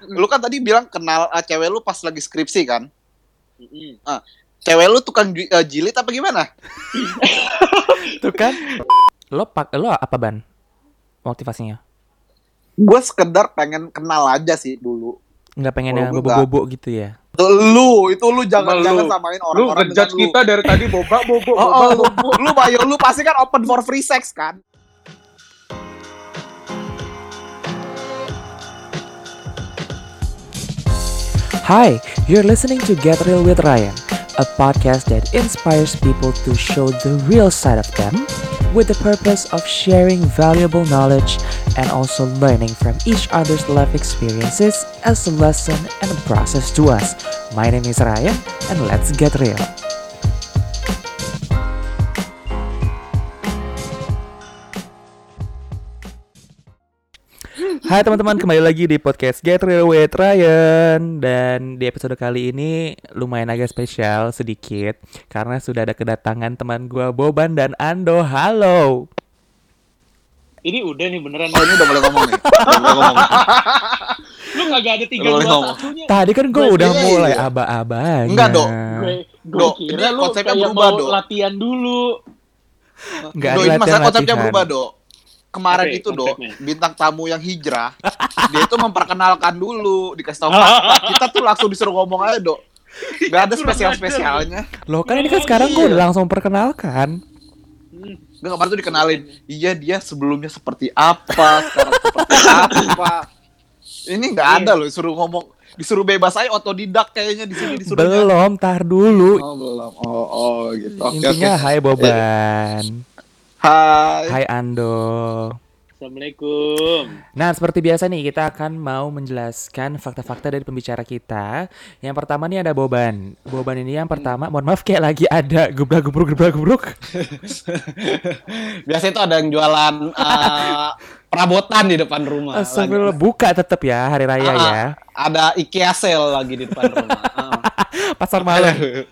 Lu kan tadi bilang kenal cewek lu pas lagi skripsi kan? Cewek lu tukang jilid apa gimana? Tuh kan. Lo apa Ban? Motivasinya? Gue sekedar pengen kenal aja sih dulu. Nggak pengen yang Kalau gua bobo-bobo gitu ya? Itu lu jangan samain orang-orang lu ngejudge dengan kita dari tadi boba. Lu Bayo, lu pasti kan open for free sex kan? Hi, you're listening to Get Real with Ryan, a podcast that inspires people to show the real side of them with the purpose of sharing valuable knowledge and also learning from each other's life experiences as a lesson and a process to us. My name is Ryan and let's get real. Hai teman-teman, kembali lagi di podcast Get Real with Ryan. Dan di episode kali ini lumayan agak spesial sedikit karena sudah ada kedatangan teman gue Boban dan Ando. Halo. Ini udah nih beneran. Oh, ini udah boleh ngomong nih. Lu kagak ada 3-2-1-nya. Tadi kan gue udah mulai aba-abanya. Enggak, Dok. Gue kira lu konsepnya kayak berubah, mau Dok. latihan dulu. Enggak Do, ada ini masalah konsepnya latihan. berubah, Dok. Kemarin Oke, itu, Dok, konsepnya. bintang tamu yang hijrah, dia itu memperkenalkan dulu, dikasih tahu fakta. Kita tuh langsung disuruh ngomong aja, Dok. Gak ada spesial-spesialnya. Loh kan ini kan sekarang gue udah langsung perkenalkan. Gak, kemarin tuh dikenalin. Iya, dia sebelumnya seperti apa, sekarang seperti apa. Ini gak ada loh, disuruh bebas aja, otodidak kayaknya di sini disuruhnya. Belum, tar dulu. Oh, belum. Oh gitu. Oke, Intinya oke. hai Boban. Hai. Hai Ando. Assalamualaikum. Nah, seperti biasa nih, kita akan mau menjelaskan fakta-fakta dari pembicara kita. Yang pertama nih ada Boban. Boban ini yang pertama, mohon maaf kayak lagi ada gebruk. Biasa itu ada yang jualan perabotan di depan rumah. Astagfirullah, buka tetap ya hari raya ya. Ada IKEA sale lagi di depan rumah. Pasar malam.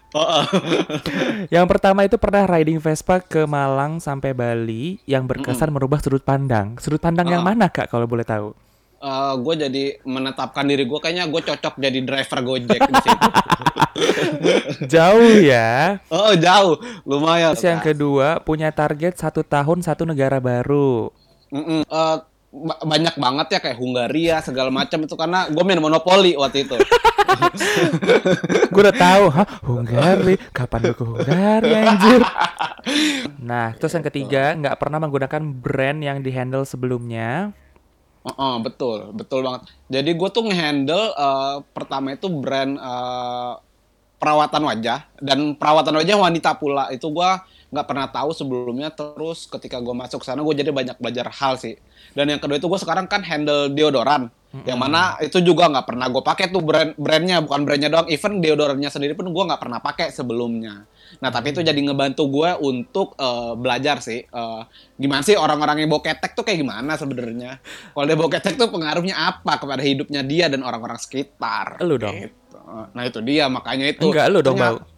Yang pertama itu pernah riding Vespa ke Malang sampai Bali yang berkesan merubah sudut pandang. Sudut pandang yang mana Kak kalau boleh tahu? Gue jadi menetapkan diri gue, kayaknya gue cocok jadi driver Gojek di situ. Jauh ya. Oh, jauh, lumayan. Terus yang kedua punya target 1 tahun 1 negara baru. Banyak banget ya, kayak Hungaria segala macam itu, karena gue main monopoli waktu itu. Gue udah tahu, Hungari, kapan gue ke Hungari anjir. Nah, terus yang ketiga nggak pernah menggunakan brand yang dihandle sebelumnya. Betul banget. Jadi gue tuh ngehandle pertama itu brand perawatan wajah, dan perawatan wajah wanita pula. Itu gue nggak pernah tahu sebelumnya. Terus ketika gue masuk sana, gue jadi banyak belajar hal sih. Dan yang kedua itu gue sekarang kan handle deodoran, yang mana itu juga nggak pernah gue pakai tuh brandnya, bukan brandnya doang, even deodorannya sendiri pun gue nggak pernah pakai sebelumnya. Nah tapi itu jadi ngebantu gue untuk belajar sih, gimana sih orang-orang yang bawa ketek tuh kayak gimana sebenarnya. Kalau dia bawa ketek tuh pengaruhnya apa kepada hidupnya dia dan orang-orang sekitar. Elu dong. Gitu. Nah itu dia, makanya itu. Enggak, lu dong bau.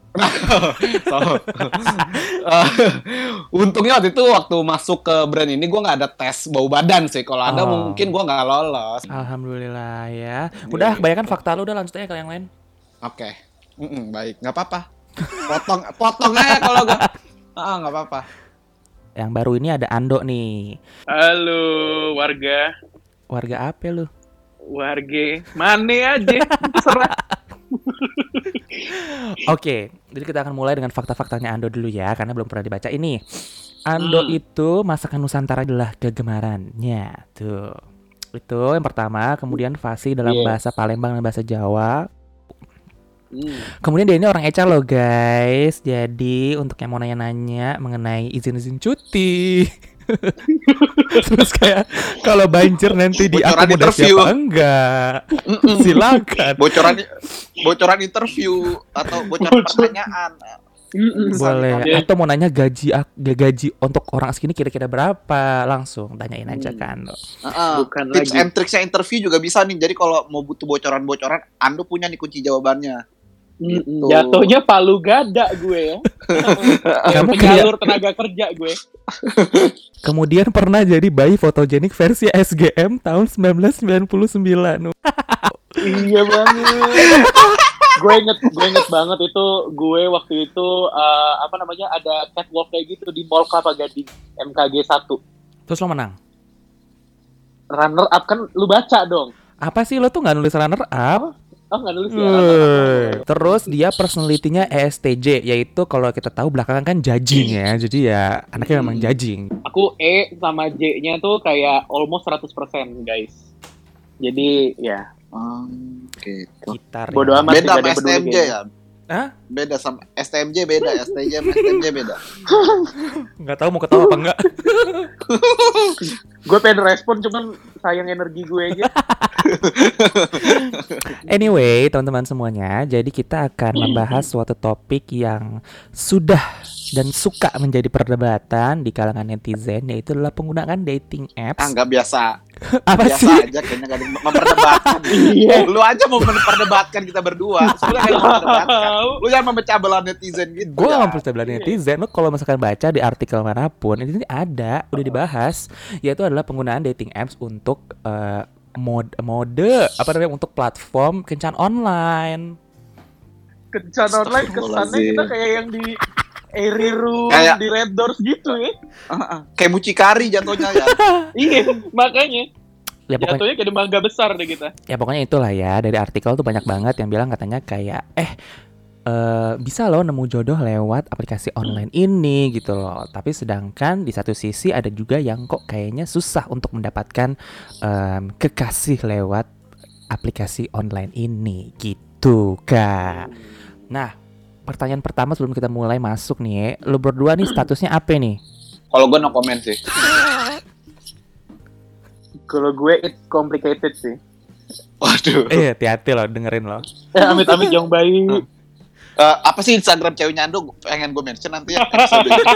Untungnya waktu masuk ke brand ini gue nggak ada tes bau badan sih. Kalau ada mungkin gue nggak lolos. Alhamdulillah ya. Udah kebanyakan fakta lu, udah lanjut aja ke yang lain. Oke. Baik, nggak apa-apa. Potong aja kalau gue. Nggak apa-apa. Yang baru ini ada Ando nih. Halo warga. Warga apa lu? Warga mana aja. Terserah. Oke, jadi kita akan mulai dengan fakta-faktanya Ando dulu ya, karena belum pernah dibaca ini. Ando itu masakan Nusantara adalah kegemarannya. Tuh. Itu yang pertama, kemudian fasih dalam bahasa Palembang dan bahasa Jawa. Kemudian dia ini orang Eca loh guys. Jadi untuk yang mau nanya-nanya mengenai izin-izin cuti. Terus kayak kalau banjir nanti diakomodasi apa enggak, silakan. Bocoran interview atau bocoran pertanyaan. Boleh. Atau mau nanya gaji untuk orang segini kira-kira berapa, langsung tanyain aja kan. Bukan Tips lagi. and tricksnya interview juga bisa nih. Jadi kalau mau butuh bocoran-bocoran, Ando punya nih kunci jawabannya. Gitu. Jatuhnya palu gada gue ya. Kamu Penyalur tenaga kerja gue. Kemudian pernah jadi bayi fotogenik versi SGM tahun 1999. Iya banget. gue inget banget itu gue waktu itu apa namanya ada catwalk kayak gitu di Mall Kelapa Gading MKG 1. Terus lo menang. Runner up kan lu baca dong. Apa sih lo tuh nggak nulis runner up? Oh nggak nulis ya. Runner up. Terus dia personality-nya ESTJ, yaitu kalau kita tahu belakangan kan judging ya. Jadi ya anaknya memang judging. Aku E sama J-nya tuh kayak almost 100% guys. Jadi ya Gitu. Gitar. bodo ya. amat. Beda tidak sama ada yang peduli STMJ kayaknya. ya. Hah? Beda sama STMJ beda, STJ sama STMJ beda. Nggak tahu mau ketawa apa enggak. Gue pengen respon cuman sayang energi gue aja. Anyway, teman-teman semuanya, jadi kita akan membahas suatu topik yang sudah dan suka menjadi perdebatan di kalangan netizen, yaitu adalah penggunaan dating apps. Nggak biasa. Apa Biasa sih? aja kayaknya gak ada yang memperdebatkan. Iya. Lu aja mau memperdebatkan kita berdua. Sebenarnya gak ada yang memperdebatkan. Lu jangan memecah belah netizen gitu. Gue ya. gak mempercayai netizen. Lo kalau misalkan baca di artikel manapun, ini ada, udah dibahas, yaitu adalah penggunaan dating apps untuk mode apa namanya, untuk platform kencan online. Kencan online kesannya kita kayak yang di Airy Room, Kayak- di Red Doors gitu ya. Kayak mucikari jatuhnya ya. Iya, makanya Ya pokoknya, jatuhnya kayak mangga besar deh kita. ya pokoknya itulah ya. Dari artikel tuh banyak banget yang bilang katanya kayak bisa loh nemu jodoh lewat aplikasi online ini gitu loh. Tapi sedangkan di satu sisi ada juga yang kok kayaknya susah untuk mendapatkan kekasih lewat aplikasi online ini gitu Kak. Nah, pertanyaan pertama sebelum kita mulai masuk nih, lo berdua nih statusnya apa nih? Kalau gue no comment sih. Kalau gue it's complicated sih. Waduh. Hati-hati loh dengerin loh. Amit-amit yang baik. Apa sih Instagram ceweknya Ando? Pengen gue mention nanti ya. episode ini.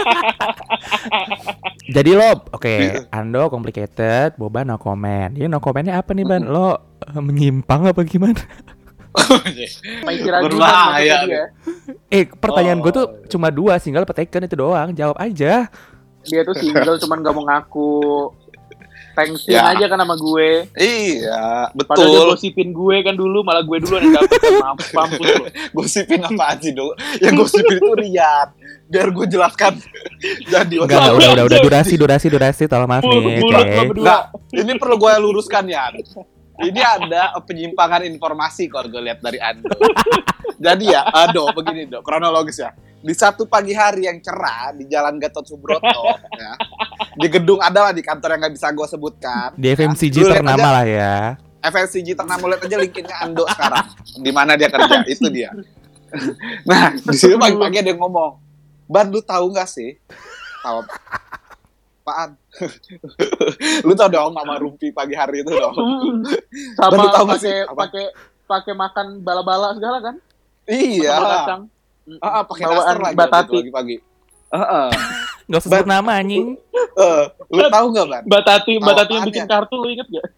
Jadi lo, oke, Ando complicated, Boba no comment. Ini no commentnya apa nih Ban? Lo menyimpang apa gimana? Main kiraguan Berbahaya maksudnya dia. Pertanyaan gue tuh cuma 2, single apa taken itu doang. Jawab aja. Dia tuh single cuman gak mau ngaku. Thanksin Ya. aja kan sama gue. Iya, Padahal dia betul. gosipin gue kan dulu, malah gue dulu yang dapet. Mampus lo. Gosipin apaan sih, Do? Yang gosipin itu Riyad. Biar gue jelaskan. Jadi Enggak, udah durasi. Tolong maaf nih, Mulut oke. lo berdua. Nah, ini perlu gue luruskan ya. Ini ada penyimpangan informasi kalau gue lihat dari Ando. Jadi ya, begini Do, kronologis ya. Di satu pagi hari yang cerah di Jalan Gatot Subroto, ya, di gedung adalah di kantor yang nggak bisa gue sebutkan. Di FMCG Lu lihat ternama aja, lah ya. FMCG ternama, lihat aja linkedin-nya Ando sekarang. Di mana dia kerja, itu dia. Nah, di sini pagi-pagi ada yang ngomong, Ban, lu tahu nggak sih? Tahu apaan? Lu tau dong sama Rumpi pagi hari itu dong. Sama Baru tahu nggak sih? pakai makan bala-bala segala kan? Iya. Sambal kacang. Pakai Bawaan daster lagi Mbak waktu itu Tati. pagi-pagi. Gak usah sebut nama anjing. Lu tahu nggak, Ban? Mbak Tati yang Apaan bikin ya? kartu lu inget gak?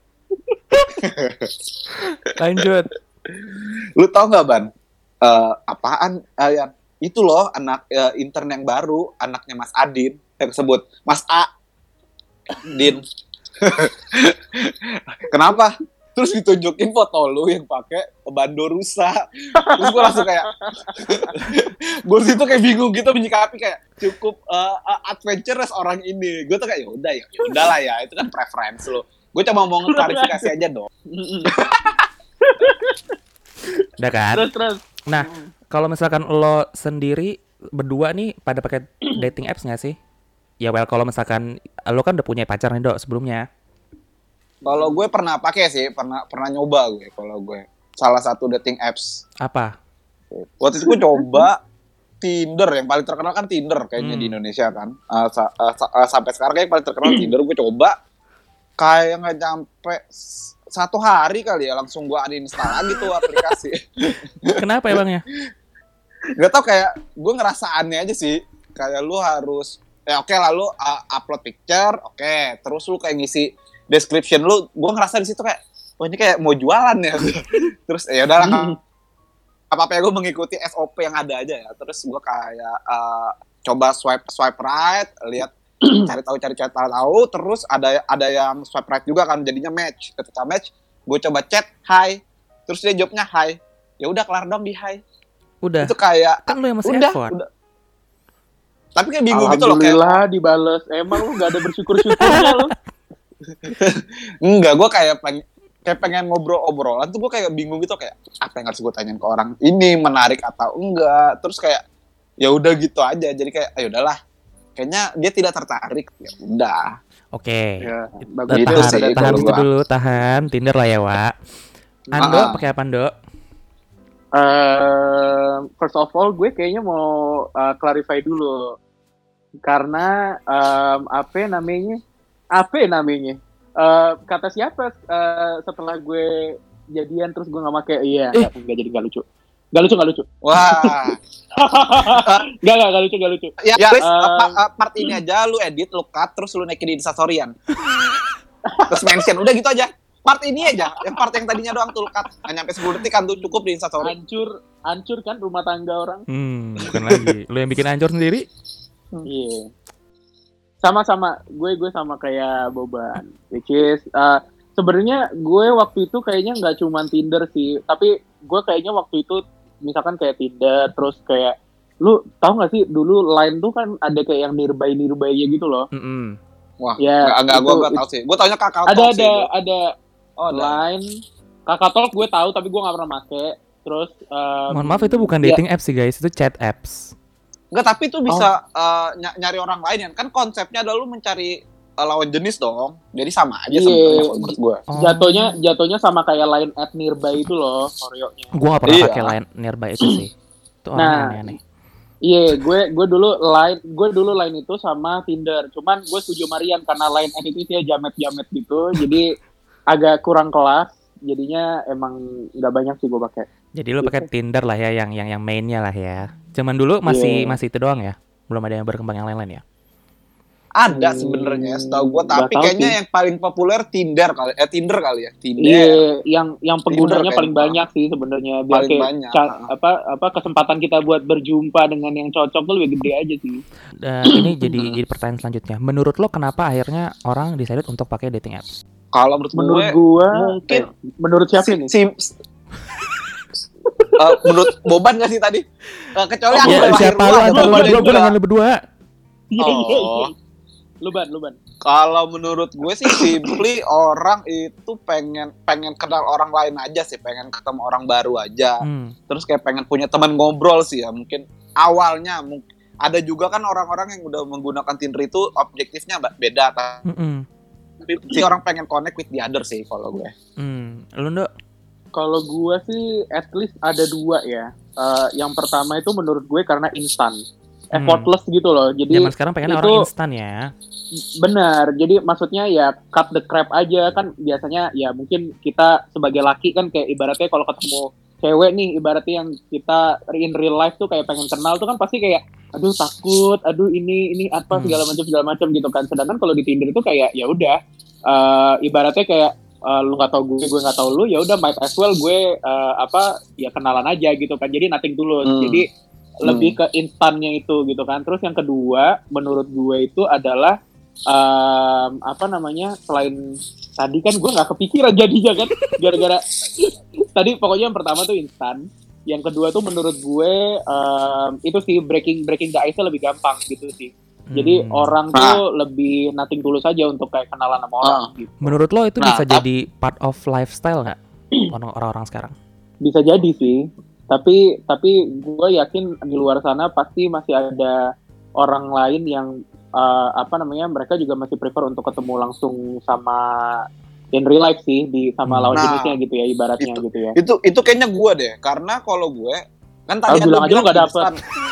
Lanjut. Lu tahu nggak, Ban? Apaan? Yang itu loh, anak intern yang baru, anaknya Mas Adin, yang sebut Mas A. Din. Kenapa? Terus ditunjukin foto lu yang pakai bando rusa. Terus gue langsung kayak, gue situ kayak bingung gitu menyikapi kayak cukup adventurous orang ini. Gue tuh kayak ya udah lah ya, itu kan preference lo. Gue cuma mau klarifikasi aja dong. Udah kan? Terus. Nah, kalau misalkan lo sendiri berdua nih pada pakai dating apps nggak sih? Ya well, kalau misalkan lo kan udah punya pacar nih Dok sebelumnya. Kalau gue pernah pakai sih, pernah nyoba gue. Kalau gue salah satu dating apps. Apa? Waktu itu gue coba Tinder, yang paling terkenal kan Tinder kayaknya di Indonesia kan. Sampai sekarang kayak paling terkenal Tinder. Gue coba kayak nggak nyampe 1 hari kali ya, langsung gue uninstall lagi tuh aplikasi. Kenapa emangnya? Gak tau, kayak gue ngerasa aneh aja sih. Kayak lu harus oke, lalu upload picture, oke, terus lu kayak ngisi description lu. Gue ngerasa di situ kayak, wah ini kayak mau jualan ya. Terus ya udahlah, apa-apa ya gue mengikuti SOP yang ada aja ya. Terus gue kayak coba swipe right, lihat cari tahu, terus ada yang swipe right juga kan, jadinya match. Ketika match, gue coba chat, hi, terus dia jawabnya hi, ya udah kelar dong di hi. Udah. Itu kayak Kan lu yang masih udah, effort. udah. Tapi kayak bingung gitu loh, kayak Alhamdulillah dibales. Emang lu gak ada bersyukur-syukurnya lu? enggak, gue kayak pengen ngobrol-obrolan tuh, gue kayak bingung gitu, kayak apa yang harus gue tanyain ke orang ini, menarik atau enggak. Terus kayak ya udah gitu aja, jadi kayak ayo udahlah, kayaknya dia tidak tertarik, ya udah. Oke. Ya, Gitu bagus sih, banget. Tahan kalau situ gua. dulu, tahan. Tinder lah ya, Wak. Ando pakai apa, Ando? First of all, gue kayaknya mau clarify dulu. Karena apa namanya? Kata siapa setelah gue jadian terus gue nggak pakai? Iya, nggak jadi nggak lucu. Nggak lucu. Wah, Nggak lucu. ya please, part ini aja lu edit, lu cut, terus lu naikin di instastory-an. Terus mention, udah gitu aja. Part ini aja, yang part yang tadinya doang tuh lu cut. Hanya sampai 10 detik kan tuh cukup di instastory. Hancur kan rumah tangga orang. Bukan lagi. Lu yang bikin hancur sendiri? Iya. Sama-sama, gue sama kayak Boban, which is sebenarnya gue waktu itu kayaknya nggak cuma Tinder sih, tapi gue kayaknya waktu itu misalkan kayak Tinder, terus kayak lu tahu nggak sih dulu Line tuh kan ada kayak yang nearby gitu loh. Wah, Ya, enggak, gue nggak tahu sih. Gue taunya Kakak Talk sih. Ada Oh, Line, Kakak Talk gue tahu tapi gue nggak pernah make. Terus Mohon maaf, itu bukan dating apps sih, guys. Itu chat apps. Enggak, tapi itu bisa nyari orang lain kan konsepnya adalah lu mencari lawan jenis dong. Jadi sama aja sebenarnya kalau menurut gue. Jatuhnya sama kayak Line at nearby itu loh, Oreo-nya. Gue gak pernah Iya. pakai Line nearby itu sih. Itu orang Nah, aneh-aneh. Iya, gue dulu line itu sama Tinder. Cuman gue setuju Marian karena line app itu dia jamet-jamet gitu, jadi agak kurang kelas. Jadinya emang nggak banyak sih gue pakai. Jadi lu pakai Tinder lah ya, yang mainnya lah ya. Zaman dulu masih itu doang ya. Belum ada yang berkembang yang lain-lain ya. Ada sebenarnya setahu gue, tapi nggak tahu kayaknya sih. yang paling populer Tinder kali ya. Tinder. Iya, yang penggunanya Tinder paling kayaknya. banyak sih sebenarnya. Biar Paling kayak banyak. apa kesempatan kita buat berjumpa dengan yang cocok tuh lebih gede aja sih. Dan ini jadi pertanyaan selanjutnya. Menurut lo kenapa akhirnya orang decided untuk pakai dating apps? Kalau Menurut gue gue mungkin menurut siapa nih? Menurut Boban nggak sih tadi? Kecuali aku Ya, lahir siapa lu duluan, antara lu Boban berdua? Gue juga. nanya lu berdua. Iya. Oh. Luban. Kalau menurut gue sih simply orang itu pengen kenal orang lain aja sih, pengen ketemu orang baru aja. Terus kayak pengen punya teman ngobrol sih ya, mungkin awalnya ada juga kan orang-orang yang udah menggunakan Tinder itu objektifnya beda, tapi si orang pengen connect with the other sih kalau gue. Lu Ndo? Kalau gue sih at least ada dua ya. Yang pertama itu menurut gue karena instan, effortless gitu loh. Jadi zaman sekarang pengen itu orang instan ya. benar. Jadi maksudnya ya cut the crap aja kan, biasanya ya mungkin kita sebagai laki kan kayak ibaratnya kalau ketemu cewek nih, ibaratnya yang kita in real life tuh kayak pengen kenal tuh kan pasti kayak aduh takut, aduh ini apa segala macam gitu kan. Sedangkan kalau di Tinder itu kayak ya udah ibaratnya kayak lu nggak tahu gue nggak tahu lu, ya udah might as well gue ya kenalan aja gitu kan. Jadi nothing tulus. Jadi lebih ke instannya itu gitu kan. Terus yang kedua menurut gue itu adalah selain tadi kan gue nggak kepikiran jadinya kan gara-gara tadi pokoknya yang pertama tuh instan, yang kedua tuh menurut gue itu sih breaking the ice-nya lebih gampang gitu sih. Jadi orang tuh lebih nothing tulus aja untuk kayak kenalan sama orang gitu. Menurut lo itu bisa jadi part of lifestyle nggak orang-orang sekarang? Bisa jadi sih. Tapi gue yakin di luar sana pasti masih ada orang lain yang mereka juga masih prefer untuk ketemu langsung sama in real life sih, sama lawan jenisnya gitu ya ibaratnya gitu ya. Itu kayaknya gue deh, karena kalau gue kan tadi bilang aja lo nggak dapet.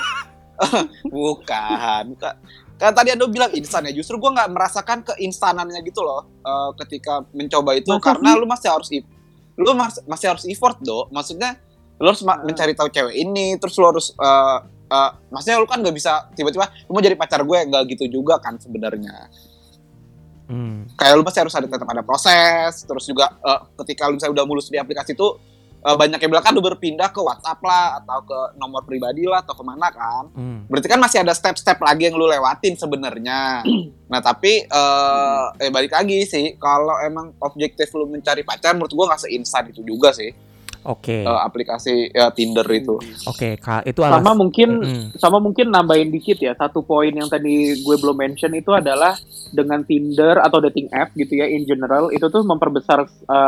Bukan. Kan tadi Ando bilang instan ya, justru gue nggak merasakan keinstanannya gitu loh ketika mencoba itu. Masa karena lu masih harus effort maksudnya lu harus mencari tahu cewek ini, terus lu harus maksudnya lu kan nggak bisa tiba-tiba lu mau jadi pacar gue, nggak gitu juga kan sebenarnya. Kayak lu pasti harus tetap ada proses. Terus juga ketika lu misalnya udah mulus di aplikasi itu banyak yang bilang kan lu berpindah ke WhatsApp lah atau ke nomor pribadi lah atau kemana kan. Berarti kan masih ada step-step lagi yang lu lewatin sebenarnya. Nah tapi balik lagi sih, kalau emang objektif lu mencari pacar menurut gua nggak seinstan itu juga sih. Oke. aplikasi Tinder itu. Oke, itu Sama mungkin Mm-mm. sama mungkin nambahin dikit ya, satu poin yang tadi gue belum mention itu adalah dengan Tinder atau dating app gitu ya in general itu tuh memperbesar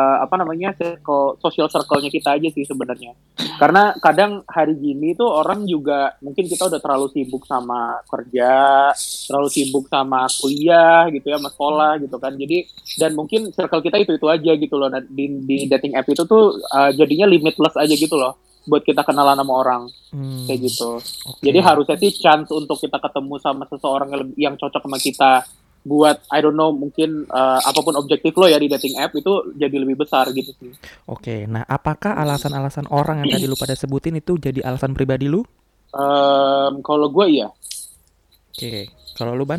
social circle-nya kita aja sih sebenarnya. Karena kadang hari gini tuh orang juga mungkin kita udah terlalu sibuk sama kerja, terlalu sibuk sama kuliah gitu ya, sama sekolah gitu kan. Jadi dan mungkin circle kita itu aja gitu loh. Nah, di dating app itu tuh jadinya limitless aja gitu loh buat kita kenalan sama orang kayak gitu. Oke. Jadi harusnya sih chance untuk kita ketemu sama seseorang yang cocok sama kita buat I don't know mungkin apapun objektif lo ya di dating app itu jadi lebih besar gitu sih. Oke, nah apakah alasan-alasan orang yang tadi lu pada sebutin itu jadi alasan pribadi lu? Kalau gue iya. Oke, kalau lu Ban?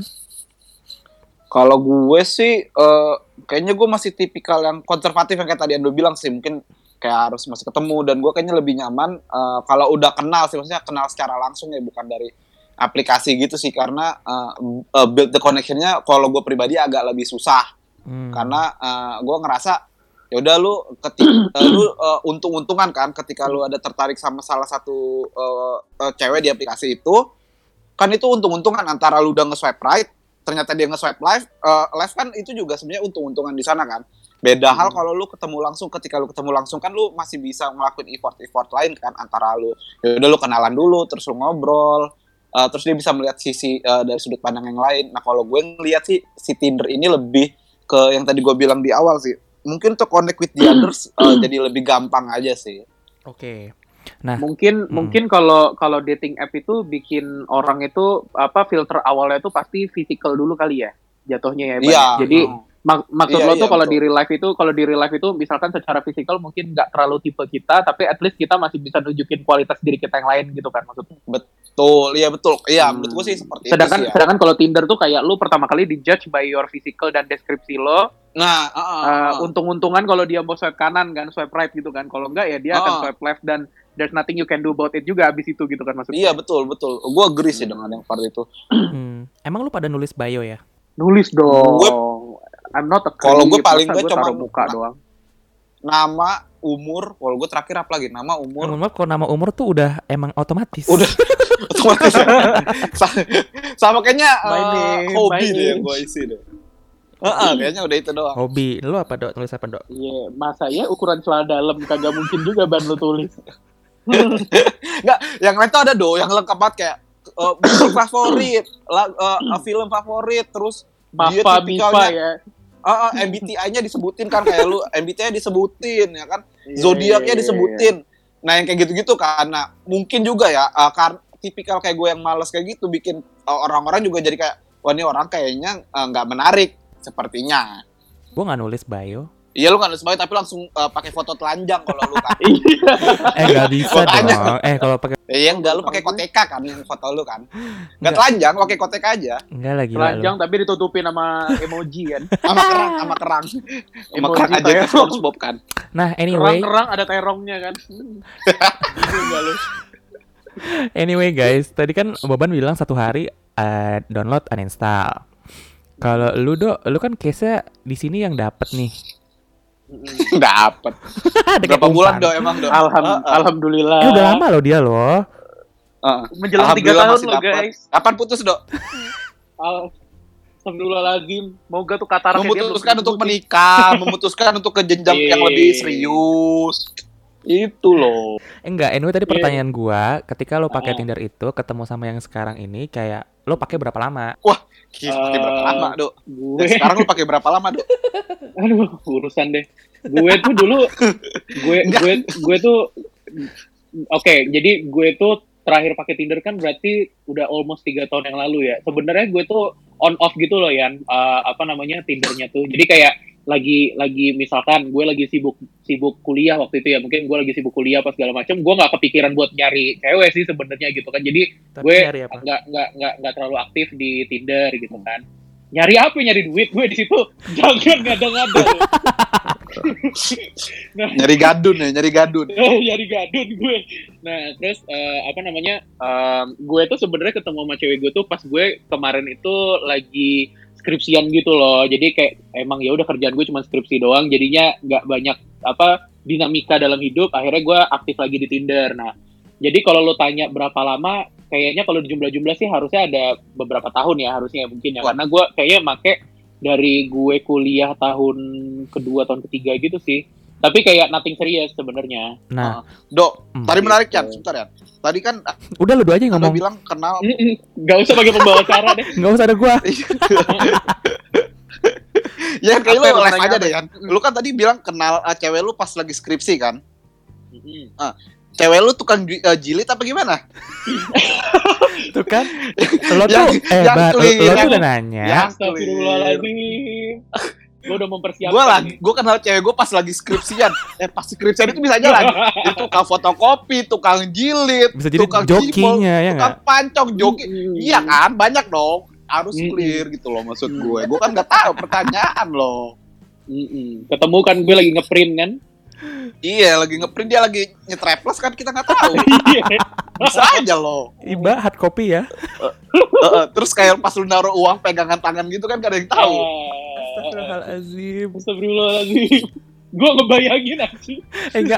Kalau gue sih kayaknya gue masih tipikal yang konservatif yang kayak tadi Ando bilang sih, mungkin kayak harus masih ketemu, dan gue kayaknya lebih nyaman kalau udah kenal sih, maksudnya kenal secara langsung ya, bukan dari aplikasi gitu sih, karena build the connection-nya kalau gue pribadi agak lebih susah. Karena gue ngerasa ya udah lu untung-untungan kan ketika lu ada tertarik sama salah satu cewek di aplikasi itu, kan itu untung-untungan antara lu udah nge-swipe right, ternyata dia nge-swipe left kan itu juga sebenarnya untung-untungan di sana kan. Beda hal kalau lu ketemu langsung, ketika lu ketemu langsung kan lu masih bisa ngelakuin effort lain kan, antara lu ya udah lu kenalan dulu, terus lu ngobrol, terus dia bisa melihat sisi dari sudut pandang yang lain. Nah kalau gue ngeliat sih si Tinder ini lebih ke yang tadi gue bilang di awal sih, mungkin to connect with the others jadi lebih gampang aja sih. Oke. Nah, Mungkin kalau dating app itu bikin orang itu filter awalnya itu pasti physical dulu kali ya jatuhnya ya. Iya. Jadi maksud Iya, lo tuh iya, kalau di real life itu misalkan secara physical mungkin nggak terlalu tipe kita, tapi at least kita masih bisa nunjukin kualitas diri kita yang lain gitu kan maksudnya. Betul, iya betul. Iya, menurut gue sih seperti itu sih ya. Sedangkan kalau Tinder tuh kayak lu pertama kali dijudge by your physical dan deskripsi lo. Nah, untung-untungan kalau dia mau swipe kanan kan, swipe right gitu kan. Kalau enggak ya dia akan swipe left dan there's nothing you can do about it juga abis itu gitu kan maksudnya. Iya, betul. Gue agree sih dengan yang part itu. Emang lu pada nulis bio ya? Nulis dong. I'm not a creep. Kalau gue paling gue cuma muka doang. Nama, umur. Kalau gue terakhir apa lagi? Nama, umur. Kalau nama umur tuh udah emang otomatis. Udah otomatis. Sama kayaknya hobi deh yang gue isi deh. Kayaknya udah itu doang. Hobi. Lu apa, Dok? Nulis apa, Dok? Iya, masa ya ukuran celana dalam kagak mungkin juga ban lu tulis. Enggak, yang lain tuh ada yang lengkap banget kayak buku favorit, film favorit, terus dia tipikalnya ya. MBTI-nya disebutin kan, kayak lu MBTI-nya disebutin ya kan, zodiaknya disebutin. Nah yang kayak gitu-gitu kan, nah mungkin juga ya karena tipikal kayak gue yang malas kayak gitu bikin orang-orang juga jadi kayak, wah ini orang kayaknya nggak menarik sepertinya. Gue nggak nulis bio. Iya lu kan sebagai tapi langsung pakai foto telanjang kalau lu kan. Nggak bisa dong. Kalau pakai. Iya enggak, lu pakai koteka kan yang foto lu kan. Enggak telanjang, pakai koteka aja. Enggak lagi. Telanjang tapi ditutupin sama emoji kan. Sama kerang. Sama kerang aja ke SpongeBob kan. Nah, anyway. Kerang ada terongnya kan. Anyway guys, tadi kan Boban bilang satu hari download uninstall. Kalau lu lu kan case-nya di sini yang dapet nih. Dapet. Berapa bulan emang Alhamdulillah. Udah lama loh dia loh. Menjelang 3 tahun loh guys. Kapan putus Alhamdulillahirrahmanirrahim. Moga tuh kataraknya memutuskan untuk menikah, memutuskan untuk ke jenjang yang lebih serius. Itu loh. Enggak, anyway tadi pertanyaan gua, ketika lo pakai Tinder itu ketemu sama yang sekarang ini, kayak lo pakai berapa lama? Wah, pakai berapa lama, Dok? Sekarang lo pakai berapa lama, Dok? Aduh, urusan deh. Gue tuh dulu gue tuh oke, jadi gue tuh terakhir pakai Tinder kan berarti udah almost 3 tahun yang lalu ya. Sebenarnya gue tuh on off gitu loh Yan, Tindernya tuh. Jadi kayak lagi misalkan gue lagi sibuk kuliah waktu itu ya, mungkin gue lagi sibuk kuliah apa segala macam, gue nggak kepikiran buat nyari cewek sih sebenarnya gitu kan. Jadi tapi gue nggak terlalu aktif di Tinder gitu kan. Nyari apa? Nyari duit gue di situ. Jangan ngada-ngada. Nyari gadun. Nyari gadun gue. Nah, terus gue tuh sebenarnya ketemu sama cewek gue tuh pas gue kemarin itu lagi skripsian gitu loh. Jadi kayak emang ya udah kerjaan gue cuma skripsi doang, jadinya nggak banyak apa dinamika dalam hidup. Akhirnya gue aktif lagi di Tinder. Nah, jadi kalau lo tanya berapa lama, kayaknya kalau dijumlah-jumlah sih harusnya ada beberapa tahun ya harusnya mungkin ya. Karena gue kayaknya make dari gue kuliah tahun kedua tahun ketiga gitu sih. Tapi kayak nothing serious sebenarnya. Nah, Dok, tadi Hmm. menarik ya, sebentar ya. Tadi kan udah lu dua aja yang Anda ngomong. bilang kenal. Gak usah pakai pembawa cara deh. Nggak usah ada gua. Ya kayak lu Apa yang live pertanyaan aja deh kan. Lu kan tadi bilang kenal cewek lu pas lagi skripsi kan. Cewek lu tukang jilid apa gimana? Tuh kan. Lo tuh Yang- yang lo clear. tuh udah nanya. Yang Astagfirullahaladzim. Gue udah mempersiapkan. Gue kenal cewek gue pas lagi skripsian. Pas skripsian itu bisa jalan. Itu tukang fotokopi, tukang jilid, Bisa jadi tukang cibol, jokinya ya tukang nggak? pancong, joki. Iya kan, banyak dong. Harus Mm-mm. clear gitu loh maksud gue. Gue kan nggak tahu pertanyaan loh. Ketemu kan gue lagi ngeprint kan. Iya, lagi ngeprint, dia lagi nyetreples kan, kita nggak tahu. Bisa aja loh. Iba hard copy ya. Terus kayak pas lu naruh uang pegangan tangan gitu kan, gak ada yang tahu. Astagfirullahaladzim. Astagfirullahaladzim. Gue ngebayangin aja. Enggak.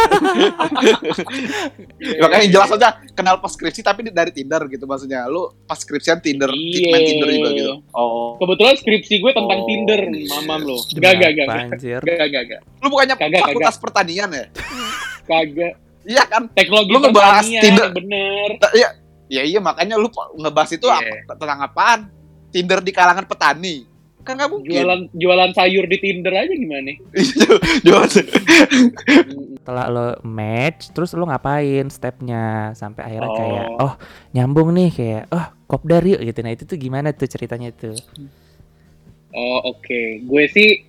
Makanya jelas aja kenal pas skripsi tapi dari Tinder gitu maksudnya. Lu pas skripsian Tinder, Iya. main Tinder juga gitu. Oh. Kebetulan skripsi gue tentang Oh. Tinder, mamam lo. Demi Gak. apa, anjir? Gak. Lu bukannya Kagak. fakultas pertanian ya? Kagak. Iya kan? Teknologi Lu ngebahas pertanian, Tinder. bener. Iya makanya lu ngebahas itu Iya. tentang apaan? Tinder di kalangan petani. Kan nggak mungkin. Jualan sayur di Tinder aja gimana? Jualan. Setelah lo match, terus lo ngapain stepnya sampai akhirnya Oh. kayak nyambung nih kayak kopdar yuk gitu. Nah itu tuh gimana tuh ceritanya tuh? Oh oke. Gue sih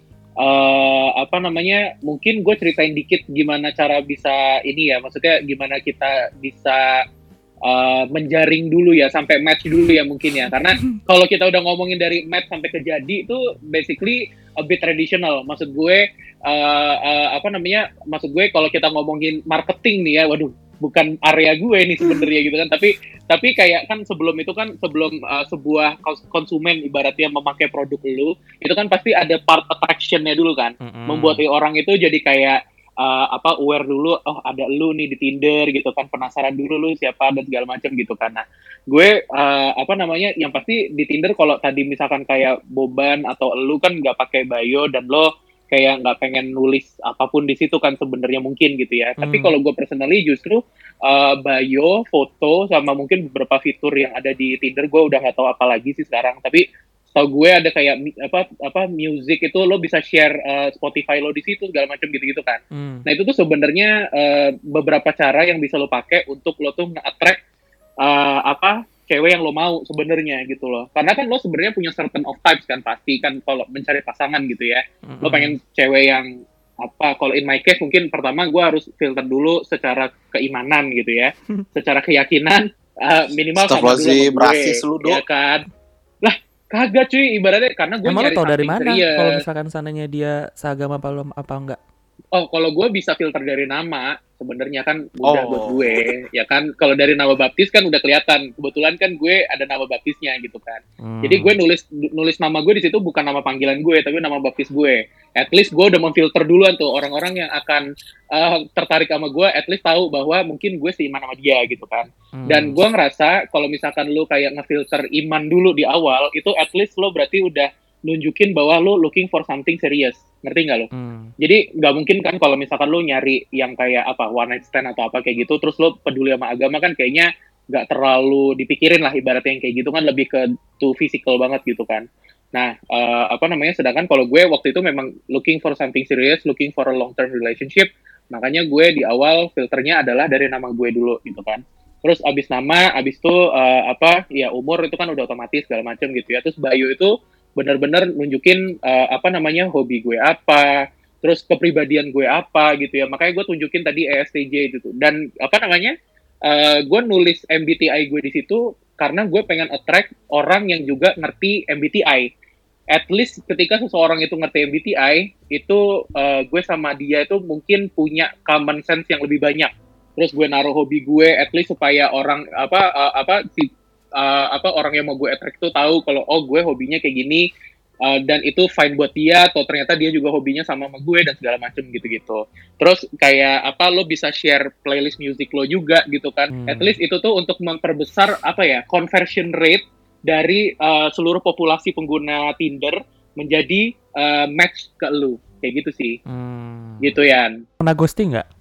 mungkin gue ceritain dikit gimana cara bisa ini ya, maksudnya gimana kita bisa menjaring dulu ya sampai match dulu ya mungkin ya, karena kalau kita udah ngomongin dari match sampai ke jadi itu basically a bit traditional. Maksud gue maksud gue kalau kita ngomongin marketing nih ya, waduh bukan area gue nih sebenarnya gitu kan, tapi kayak kan sebelum sebuah konsumen ibaratnya memakai produk lu itu kan pasti ada part attraction-nya dulu kan. Membuat orang itu jadi kayak aware dulu, ada lu nih di Tinder gitu kan, penasaran dulu lu siapa dan segala macam gitu kan. Nah, gue yang pasti di Tinder kalau tadi misalkan kayak Boban atau lu kan nggak pakai bio dan lo kayak nggak pengen nulis apapun di situ kan sebenarnya mungkin gitu ya. Tapi kalau gue personally justru bio, foto sama mungkin beberapa fitur yang ada di Tinder gue udah nggak tahu apa lagi sih sekarang. Tapi tau gue ada kayak music itu lo bisa share Spotify lo di situ segala macam gitu-gitu kan. Nah itu tuh sebenarnya beberapa cara yang bisa lo pakai untuk lo tuh nge-attract cewek yang lo mau sebenarnya gitu loh. Karena kan lo sebenarnya punya certain of types kan pasti kan kalau mencari pasangan gitu ya. Lo pengen cewek yang kalau in my case mungkin pertama gue harus filter dulu secara keimanan gitu ya. Secara keyakinan minimal sama dulu sama gue. Rasis lu, Dok. Ya kan. Kagak cuy, ibaratnya karena gue emang lo nyari tau dari something mana serious. kalau misalkan sananya dia seagama apa enggak? Oh, kalau gue bisa filter dari nama, sebenarnya kan mudah buat gue, ya kan. Kalau dari nama baptis kan udah kelihatan. Kebetulan kan gue ada nama baptisnya gitu kan. Jadi gue nulis nama gue di situ bukan nama panggilan gue, tapi nama baptis gue. At least gue udah memfilter duluan tuh orang-orang yang akan tertarik sama gue. At least tahu bahwa mungkin gue seiman sama dia gitu kan. Dan gue ngerasa kalau misalkan lu kayak ngefilter iman dulu di awal, itu at least lo berarti udah nunjukin bahwa lo looking for something serious. Ngerti nggak lo? Jadi nggak mungkin kan kalau misalkan lo nyari yang kayak one night stand atau apa kayak gitu, terus lo peduli sama agama kan kayaknya nggak terlalu dipikirin lah ibaratnya yang kayak gitu kan lebih ke to physical banget gitu kan. Nah, sedangkan kalau gue waktu itu memang looking for something serious, looking for a long term relationship, makanya gue di awal filternya adalah dari nama gue dulu gitu kan. Terus abis nama, abis itu umur itu kan udah otomatis segala macam gitu ya. Terus bio itu benar-benar nunjukin hobi gue apa, terus kepribadian gue apa gitu ya. Makanya gue tunjukin tadi ESTJ gitu. Dan gue nulis MBTI gue di situ karena gue pengen attract orang yang juga ngerti MBTI. At least ketika seseorang itu ngerti MBTI, itu gue sama dia itu mungkin punya common sense yang lebih banyak. Terus gue naruh hobi gue, at least supaya orang orang yang mau gue attract tuh tahu kalau gue hobinya kayak gini, dan itu fine buat dia, atau ternyata dia juga hobinya sama gue dan segala macem gitu-gitu. Terus kayak lo bisa share playlist music lo juga gitu kan. At least itu tuh untuk memperbesar conversion rate dari seluruh populasi pengguna Tinder menjadi match ke lu. Kayak gitu sih. Gitu Yan. Pernah ghosting nggak?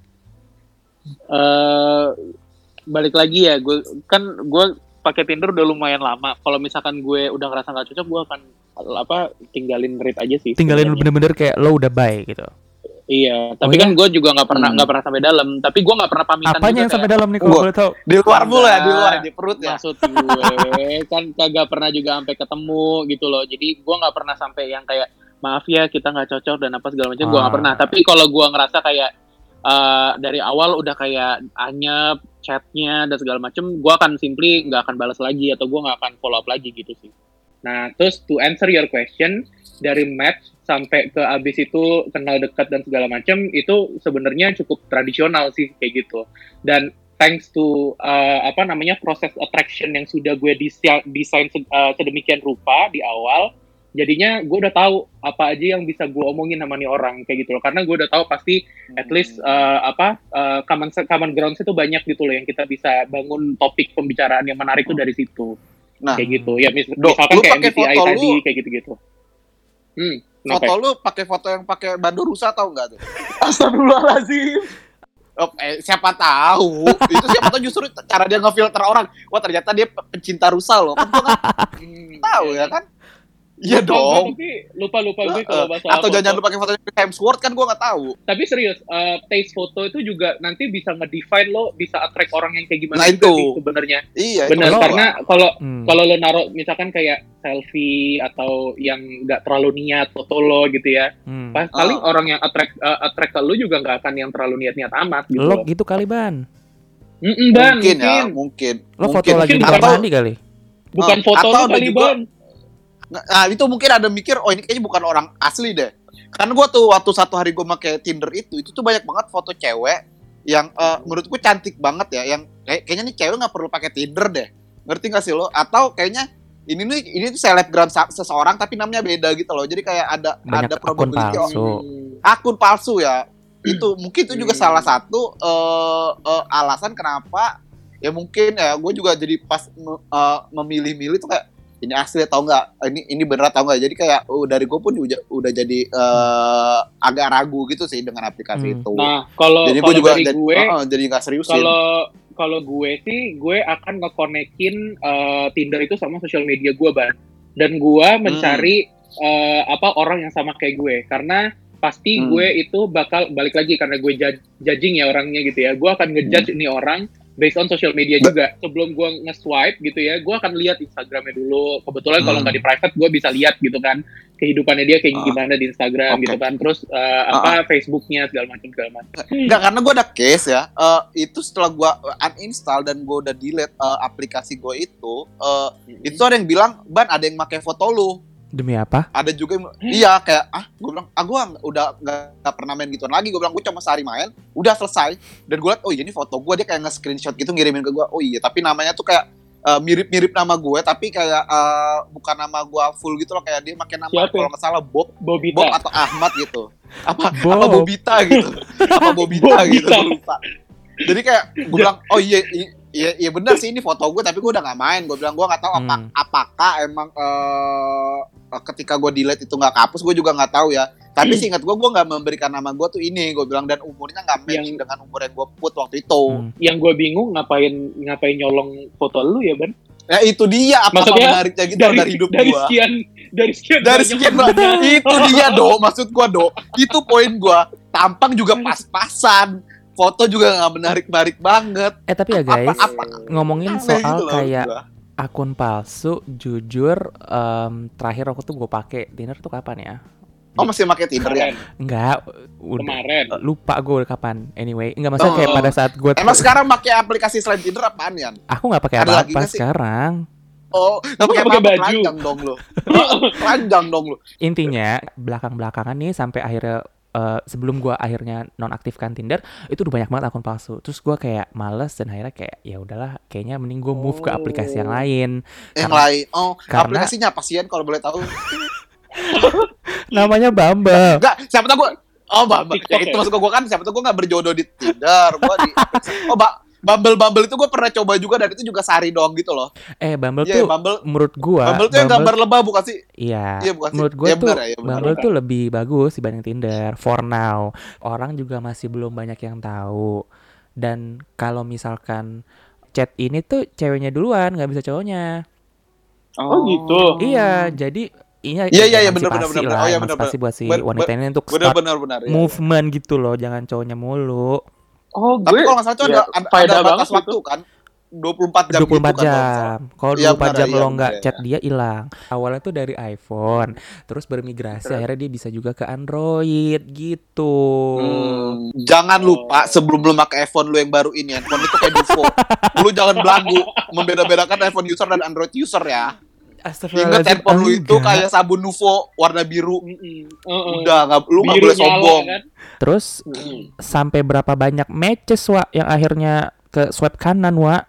Balik lagi ya, gue pakai Tinder udah lumayan lama. Kalau misalkan gue udah ngerasa nggak cocok, gue akan tinggalin rate aja sih. Tinggalin bener-bener kayak lo udah bye gitu. Iya, tapi kan gue juga nggak pernah sampai dalam. Tapi gue nggak pernah pamitan. Apanya yang sampai dalam nih kalau boleh tahu? Di luar mulu ya, di luar di perut ya. Maksud gue kan kagak pernah juga sampai ketemu gitu loh. Jadi gue nggak pernah sampai yang kayak maaf ya kita nggak cocok dan apa segala macam. Gue nggak pernah. Tapi kalau gue ngerasa kayak dari awal udah kayak anyep chatnya dan segala macem, gue akan simply nggak akan balas lagi atau gue nggak akan follow up lagi gitu sih. Nah, terus to answer your question, dari match sampai ke abis itu kenal dekat dan segala macem, itu sebenarnya cukup tradisional sih kayak gitu. Dan thanks to proses attraction yang sudah gue desain sedemikian rupa di awal, jadinya gue udah tahu apa aja yang bisa gue omongin sama nih orang kayak gitu loh, karena gue udah tahu pasti at least common grounds itu banyak gitu loh yang kita bisa bangun topik pembicaraan yang menarik tuh dari situ. Nah, kayak gitu ya, misalkan kayak MBTI tadi kayak gitu-gitu. Foto lu pakai foto yang pakai bando rusa tau nggak tuh? Astagfirullahaladzim. Siapa tahu itu siapa tahu justru cara dia ngefilter orang. Wah ternyata dia pecinta rusa loh. Kan gua nggak tahu ya kan? Iya dong. Tapi lupa gue kalau bahasa. Atau jangan lupa pakai fotonya Hemsworth kan gue nggak tahu. Tapi serius, taste foto itu juga nanti bisa nge-define lo bisa attract orang yang kayak gimana itu sih sebenarnya. Iya. Benar, karena kalau lo naruh misalkan kayak selfie atau yang nggak terlalu niat foto lo gitu ya, paling orang yang attract ke lo juga nggak akan yang terlalu niat amat gitu. Lo gitu kali Ban. Mungkin. Lo foto lagi di kamar mandi kali. Bukan foto lo kali Ban. Nah itu mungkin ada mikir, ini kayaknya bukan orang asli deh. Karena gue tuh waktu satu hari gue pakai Tinder itu tuh banyak banget foto cewek yang menurut gue cantik banget ya. Yang kayaknya nih cewek nggak perlu pakai Tinder deh. Ngerti nggak sih lo? Atau kayaknya ini tuh selebgram seseorang tapi namanya beda gitu loh. Jadi kayak ada probability akun palsu ya. Itu mungkin itu juga salah satu alasan kenapa ya mungkin ya gue juga jadi pas memilih-milih tuh kayak ini asli atau enggak, ini bener atau enggak. Jadi kayak dari gue pun udah jadi agak ragu gitu sih dengan aplikasi itu. Nah, kalau gue juga jadi nggak seriusin. Kalau gue sih, gue akan nge-connect-in Tinder itu sama sosial media gue, Ban. Dan gue mencari orang yang sama kayak gue, karena pasti gue itu bakal balik lagi karena gue judging ya orangnya gitu ya. Gue akan ngejudge ini orang based on social media juga. Sebelum gue nge-swipe gitu ya, gue akan lihat Instagramnya dulu. Kebetulan kalau nggak di private, gue bisa lihat gitu kan kehidupannya dia kayak gimana di Instagram gitu kan. Terus Facebooknya segala macam. Enggak, karena gue ada case ya. Itu setelah gue uninstall dan gue udah delete aplikasi gue itu ada yang bilang, Ban ada yang pakai foto lu. Demi apa? Ada juga yang, iya kayak gue bilang gue udah nggak pernah main gituan lagi. Gue bilang gue cuma sehari main udah selesai. Dan gue liat ini foto gue, dia kayak nge-screenshot gitu ngirimin ke gue. Tapi namanya tuh kayak mirip-mirip nama gue tapi kayak bukan nama gue full gitu loh. Kayak dia pakai nama kalau nggak salah Bob atau Ahmad gitu. Apa Bobita gitu. Apa Bobita gitu, gue lupa. Jadi kayak gue bilang iya benar sih ini foto gue, tapi gue udah nggak main. Gue bilang gue nggak tahu apakah emang ketika gue delete itu nggak kehapus, gue juga nggak tahu ya. Tapi seingat gue nggak memberikan nama gue tuh ini. Gue bilang dan umurnya nggak match dengan umur yang gue put waktu itu. Yang gue bingung ngapain nyolong foto lu ya, Ban? Ya itu dia apa menariknya gitu dari hidup gue. Dari sekian itu dia maksud gue itu poin gue. Tampang juga pas-pasan. Foto juga nggak menarik banget. Tapi ya guys, ngomongin soal gitu kayak akun palsu, jujur, terakhir aku tuh gue pakai Tinder tuh kapan ya? Masih pakai Tinder ya? Enggak, kemarin. Lupa gue kapan. Anyway, enggak masalah kayak pada saat gue. Emang sekarang pakai aplikasi selain Tinder apaan ya? Aku nggak pakai apa-apa sekarang. Nggak pakai baju. Telanjang dong lo. Intinya belakang-belakangan nih sampai akhirnya sebelum gue akhirnya nonaktifkan Tinder itu udah banyak banget akun palsu. Terus gue kayak males dan akhirnya kayak ya udahlah, kayaknya mending gue move ke aplikasi yang lain. Yang lain. Oh, karena- aplikasinya apa sih Yan kalau boleh tahu? Namanya Bumble. Enggak, siapa tahu gue. Oh, Bumble. TikTok Ya, itu ya? maksud gue kan siapa tahu gue nggak berjodoh di Tinder, gue di aplikasi. Oh, Bumble itu gue pernah coba juga dan itu juga sehari doang gitu loh. Bumble Iya, tuh Bumble. menurut gue Bumble tuh yang gambar lebah bukan sih? Iya, Iya, bukan sih? menurut gue Iya, tuh benar ya, benar. Bumble tuh lebih bagus dibanding Tinder for now. Orang juga masih belum banyak yang tahu. Dan kalau misalkan chat ini tuh ceweknya duluan, nggak bisa cowoknya. Oh, gitu. Iya, jadi Iya, benar. emansipasi lah, Oh, iya, emansipasi buat si Benar, wanita ini untuk start Benar. Iya, movement gitu loh, jangan cowoknya mulu. Oh, Tapi gue kalau nggak salah tuh ya, ada faedah batas banget waktu gitu. kan? 24 jam 24 gitu kan, kalau nggak salah. jam. Kalau Iya, 24 benar, jam iya, lo benar, nggak iya. chat dia hilang. Awalnya tuh dari iPhone, terus bermigrasi Terus? akhirnya dia bisa juga ke Android gitu. Jangan lupa sebelum lu pakai iPhone lu yang baru ini, handphone itu kayak Duvo. Lu jangan belagu membeda-bedakan iPhone user dan Android user ya. Ingat Astagfirullahaladzim, handphone lu itu enggak. kayak sabun Nuvo warna biru. Heeh. Udah lu nggak Biru boleh nyala, sombong. kan? Terus sampai berapa banyak matches Wak yang akhirnya ke swipe kanan Wak?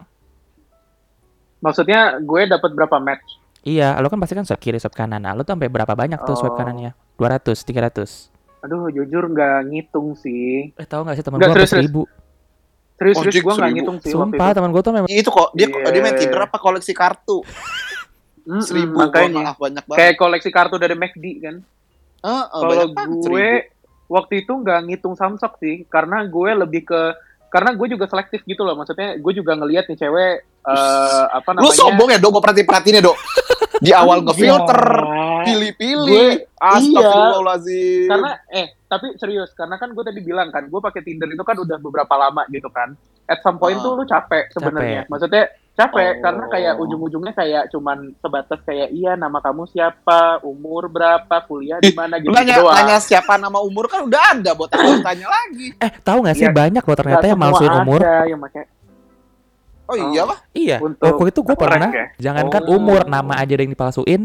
Maksudnya gue dapat berapa match? Iya, lo kan pasti kan swipe kiri swipe kanan. Nah, lo tuh sampai berapa banyak tuh swipe Oh. kanannya? 200, 300. Aduh, jujur nggak ngitung sih. Tahu nggak sih teman Nggak, gue serius. 1000. Serius, Oh, serius jik, gue nggak 1000. ngitung sih Sumpah waktu teman gue tuh memang Itu kok dia Iya. main Tinder apa koleksi kartu? itu. 1000, Makanya. maaf banyak banget. Kayak koleksi kartu dari McD kan. Kalau banyak banget, gue 1000. waktu itu nggak ngitung samsak sih, karena gue lebih ke karena gue juga selektif gitu loh. Maksudnya gue juga ngelihat nih cewek apa Lu namanya? sombong ya, Dok? Gue perhatiin ya, Dok. Di awal ngefilter, Ya. pilih-pilih. Gue- Astagfirullahaladzim. Karena tapi serius, karena kan gue tadi bilang kan, gue pakai Tinder itu kan udah beberapa lama gitu kan. At some point tuh lu capek sebenarnya. Maksudnya capek Oh. karena kayak ujung-ujungnya kayak cuman sebatas kayak iya nama kamu siapa, umur berapa, kuliah di mana gitu doang. Nanya siapa nama umur kan udah ada, buat apa lu tanya lagi? tahu nggak sih Iya. banyak loh ternyata Nggak yang semua malsuin umur. ada yang pakai. Oh iya lah. Iya, Untuk waktu itu gue pernah. rank ya? Jangankan Oh. umur, nama aja ada yang dipalsuin.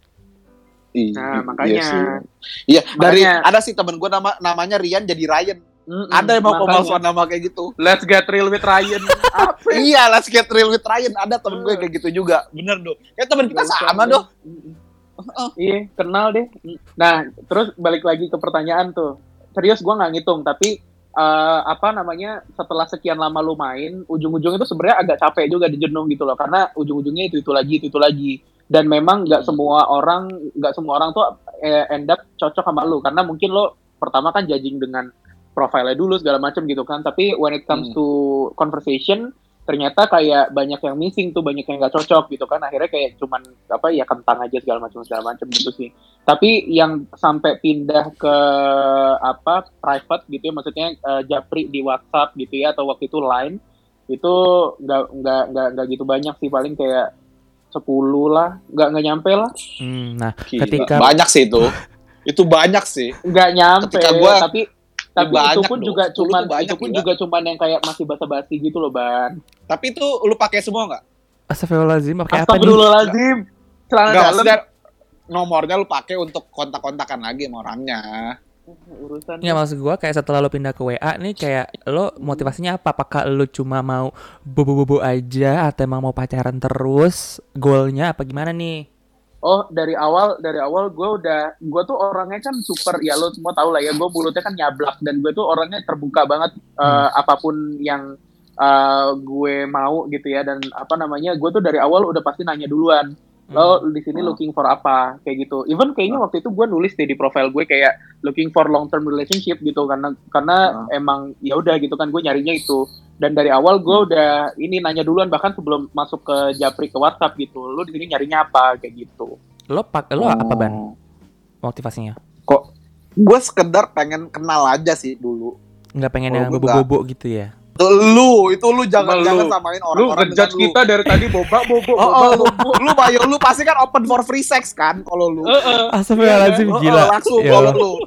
Nah, makanya. Iya, dari Makanya. ada sih temen gue namanya Rian jadi Ryan. Mm-mm, Ada yang mau makanya. pemalsuan nama kayak gitu. Let's get real with Ryan. Apa? Iya, let's get real with Ryan. Ada temen gue kayak gitu juga. Bener, Dok. Kayak temen kita sama, Dok. Iya, kenal deh. Nah, terus balik lagi ke pertanyaan tuh. Serius gue nggak ngitung, tapi apa namanya, setelah sekian lama lu main, ujung-ujungnya itu sebenarnya agak capek juga, dijenuh gitu loh, karena ujung-ujungnya itu lagi. Dan memang nggak semua orang tuh end up cocok sama lu, karena mungkin lo pertama kan judging dengan profile-nya dulu segala macam gitu kan, tapi when it comes to conversation ternyata kayak banyak yang missing tuh, banyak yang nggak cocok gitu kan, akhirnya kayak cuman apa ya kentang aja segala macam gitu sih. Tapi yang sampai pindah ke apa private gitu ya, maksudnya japri di WhatsApp gitu ya, atau waktu itu Line itu nggak gitu banyak sih, paling kayak 10 lah, nggak nyampe lah, Nah, Gila. ketika Banyak sih itu. Itu banyak sih. nggak nyampe. Ketika gua- tapi banyak itu pun dong. juga 10 cuman tuh banyak, itu pun gila. juga cuman yang kayak masih basa-basi gitu loh, Ban. Tapi itu lu pakai semua nggak? Astagfirullahaladzim, pakai apa nih? Astagfirullahaladzim. Celana Nggak, dalam maksudnya nomornya lu pakai untuk kontak-kontakan lagi sama orangnya. urusan. Nggak, maksud gue kayak setelah lo pindah ke WA nih, kayak lo motivasinya apa? Apakah lo cuma mau bobo-bobo aja atau emang mau pacaran terus? Goalnya apa gimana nih? Oh, dari awal gue tuh orangnya kan super, ya lo semua tahu lah ya, gue mulutnya kan nyablak, dan gue tuh orangnya terbuka banget apapun yang gue mau gitu ya, dan apa namanya, gue tuh dari awal udah pasti nanya duluan, lo di sini looking for apa kayak gitu. Even kayaknya waktu itu gue nulis deh di profile gue kayak looking for long term relationship gitu, karena emang ya udah gitu kan, gue nyarinya itu. Dan dari awal gue udah ini nanya duluan, bahkan sebelum masuk ke japri ke WhatsApp gitu, lo di sini nyarinya apa kayak gitu. Lo apa Ban motivasinya? Kok gue sekedar pengen kenal aja sih dulu. Nggak pengen Oh, yang gua bobo-bobo gitu ya? Itu lu jangan samain Lu orang-orang ngejudge dengan lu. kita dari tadi boba. Lu Bayo, lu pasti kan open for free sex kan kalau lu. Astagfirullahaladzim, gila. Langsung Ya kalau Allah. lu.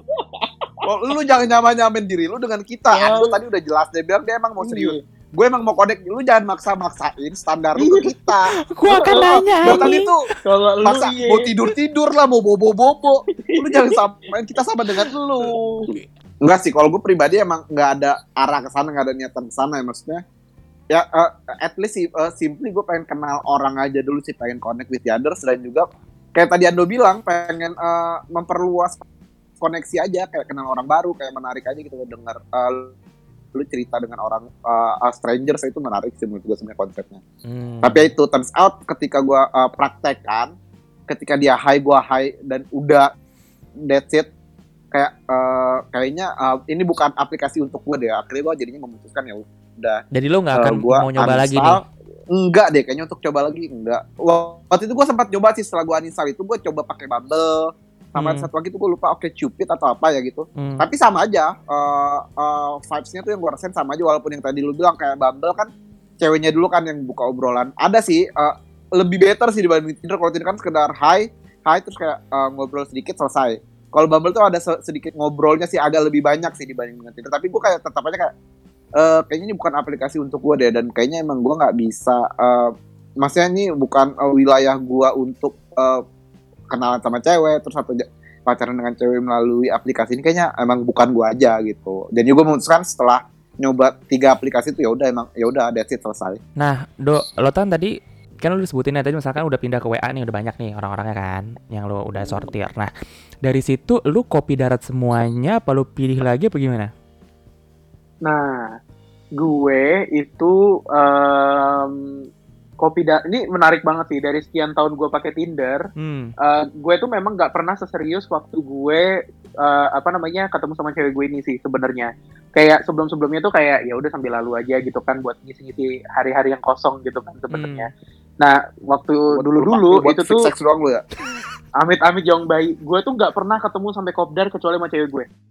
Lu jangan nyamain diri lu dengan kita. Aku tadi udah jelas, dia bilang dia emang mau serius. Gue emang mau connect, lu jangan maksa-maksain standar lu ke kita. Gua akan nanya Lu tadi ini. tuh Kalau lu maksa mau tidur lah, mau bobo-bobo. Lu jangan samain kita sama dengan lu. Enggak sih, kalau gue pribadi emang nggak ada arah ke sana, nggak ada niatan ke sana ya, maksudnya. Ya, at least simply gue pengen kenal orang aja dulu sih, pengen connect with the others, dan juga kayak tadi Ando bilang, pengen memperluas koneksi aja, kayak kenal orang baru, kayak menarik aja gitu, dengar lu cerita dengan orang strangers, itu menarik sih menurut gue sebenarnya konsepnya. Tapi itu turns out ketika gue praktekkan, ketika dia high, gue high, dan udah that's it, kayak kayaknya ini bukan aplikasi untuk gue deh. Akhirnya gue jadinya memutuskan ya udah. Jadi lo nggak akan mau nyoba lagi nih? Enggak deh, kayaknya untuk coba lagi enggak. Waktu itu gue sempat coba sih, setelah gue uninstall itu gue coba pakai Bumble, sama satu lagi tuh gue lupa, Cupid atau apa ya gitu. Tapi sama aja, vibes-nya tuh yang gue rasain sama aja, walaupun yang tadi lu bilang kayak Bumble kan ceweknya dulu kan yang buka obrolan. Ada sih lebih better sih dibanding Tinder. Kalau Tinder kan sekedar hi terus kayak ngobrol sedikit selesai. Kalau Bumble tuh ada sedikit ngobrolnya sih, agak lebih banyak sih dibanding dengan Tinder. Tapi gue kayak tetap aja kayak kayaknya ini bukan aplikasi untuk gue deh, dan kayaknya emang gue nggak bisa. Maksudnya ini bukan wilayah gue untuk kenalan sama cewek terus atau pacaran dengan cewek melalui aplikasi ini, kayaknya emang bukan gue aja gitu. Jadi gue memutuskan setelah nyoba 3 aplikasi itu ya udah that's it, selesai. Nah, lo kan tadi kan lo disebutin ya tadi, misalkan udah pindah ke WA nih, udah banyak nih orang-orangnya kan yang lo udah sortir. Nah, dari situ lo kopi darat semuanya apa lo pilih lagi apa gimana? Nah, gue itu ini menarik banget sih, dari sekian tahun gue pakai Tinder. Gue tuh memang nggak pernah seserius waktu gue ketemu sama cewek gue ini sih sebenarnya. Kayak sebelumnya tuh kayak ya udah sambil lalu aja gitu kan, buat ngisi-ngisi hari-hari yang kosong gitu kan sebenarnya. Nah, waktu dulu itu tuh seks doang lu ya. amit-amit jong bayi, gue tuh nggak pernah ketemu sampai kopdar kecuali sama cewek gue.